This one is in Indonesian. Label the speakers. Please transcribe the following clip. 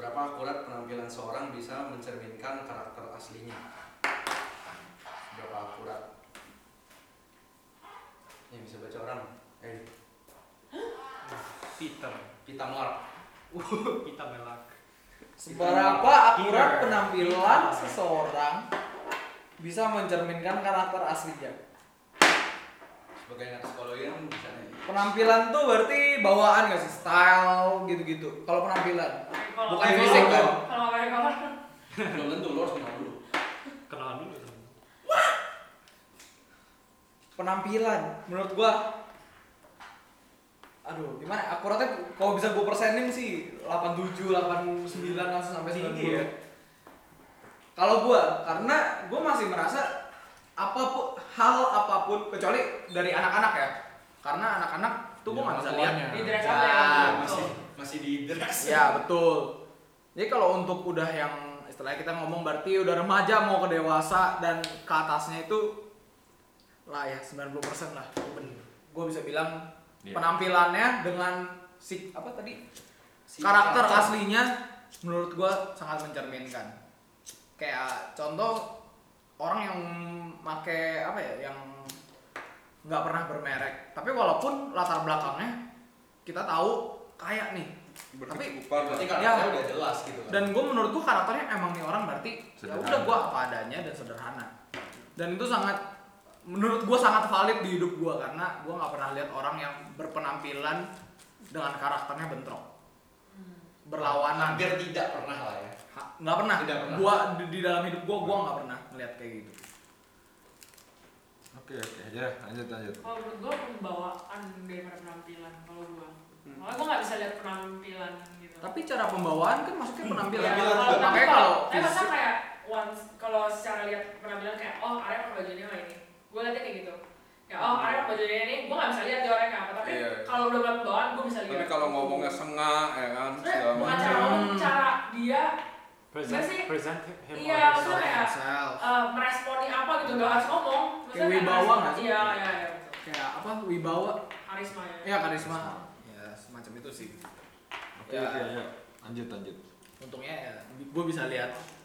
Speaker 1: Seberapa akurat penampilan seorang bisa mencerminkan karakter aslinya? Seberapa akurat? Yang bisa baca orang? Pita Melak.
Speaker 2: Pita Melak.
Speaker 3: Seberapa akurat penampilan seseorang bisa mencerminkan karakter aslinya?
Speaker 1: Sebagai anak psikologi kan bisa nih.
Speaker 3: Penampilan tuh berarti bawaan gak sih? Style gitu-gitu. Kalau penampilan bukan fisik kan?
Speaker 4: Kalau kayak kamu
Speaker 1: Belum tentu, lo harus kenal dulu.
Speaker 2: Kenalan dulu.
Speaker 3: Penampilan menurut gua aduh gimana akuratnya kalau bisa gua persenin sih 87, 89 langsung sampai 90 ya. Kalau gua karena gua masih merasa apapun kecuali dari anak-anak ya. Karena anak-anak tuh gua nggak bisa lihat
Speaker 4: di dress
Speaker 3: ya,
Speaker 4: up ya.
Speaker 1: Masih di dress.
Speaker 3: ya betul. Jadi kalau untuk udah yang istilahnya kita ngomong berarti udah remaja mau ke dewasa dan ke atasnya itu lah ya 90% lah. Gue bisa bilang penampilannya dengan karakter aslinya menurut gue sangat mencerminkan. Kayak contoh orang yang make yang nggak pernah bermerek, tapi walaupun latar belakangnya kita tahu kaya nih, tapi
Speaker 1: Berarti karakternya udah jelas gitu kan.
Speaker 3: dan gue menurut gue karakternya emang nih orang berarti ya udah gue apa adanya dan sederhana, dan itu menurut gue sangat valid di hidup gue karena gue nggak pernah lihat orang yang berpenampilan dengan karakternya bentrok berlawanan.
Speaker 1: Hampir tidak pernah lah ya.
Speaker 3: Nggak pernah.
Speaker 1: Tidak pernah.
Speaker 3: Gue di dalam hidup gue nggak pernah ngeliat kayak gitu.
Speaker 5: Oke, ya lanjut.
Speaker 4: Kalau menurut gue pembawaan daripada penampilan kalau gue. Malah gue nggak bisa lihat penampilan gitu.
Speaker 3: Tapi cara pembawaan kan maksudnya penampilan.
Speaker 1: Penampilan.
Speaker 3: Makanya kalau
Speaker 4: masa kayak kalau secara lihat penampilan kayak Arya pakai bajunya kayak ini, gue liatnya kayak gitu. Ya Arya pakai bajunya ini, gue nggak bisa lihat di orangnya apa. Tapi kalau udah buat pembawaan gue bisa lihat.
Speaker 5: Tapi kalau ngomongnya sengah ya kan, segala
Speaker 4: bukan
Speaker 5: macam.
Speaker 4: cara ngomong, cara dia
Speaker 2: Present him
Speaker 4: iya,
Speaker 2: or
Speaker 4: maksudnya kayak
Speaker 3: Self.
Speaker 4: meresponi apa gitu, nggak harus ngomong.
Speaker 3: Kayak wibawa nggak sih?
Speaker 4: Iya.
Speaker 3: kayak apa wibawa?
Speaker 4: Karisma ya.
Speaker 3: Ya karisma. Ya semacam itu sih.
Speaker 5: Oke, lanjut.
Speaker 3: Untungnya ya gue bisa lihat